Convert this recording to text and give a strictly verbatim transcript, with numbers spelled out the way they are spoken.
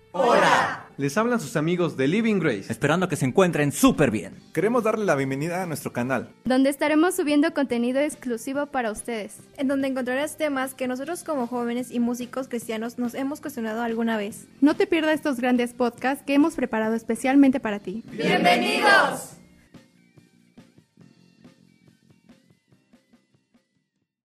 ¡Hola! Les hablan sus amigos de Living Grace, esperando que se encuentren súper bien. Queremos darle la bienvenida a nuestro canal, donde estaremos subiendo contenido exclusivo para ustedes, en donde encontrarás temas que nosotros como jóvenes y músicos cristianos nos hemos cuestionado alguna vez. No te pierdas estos grandes podcasts que hemos preparado especialmente para ti. ¡Bienvenidos!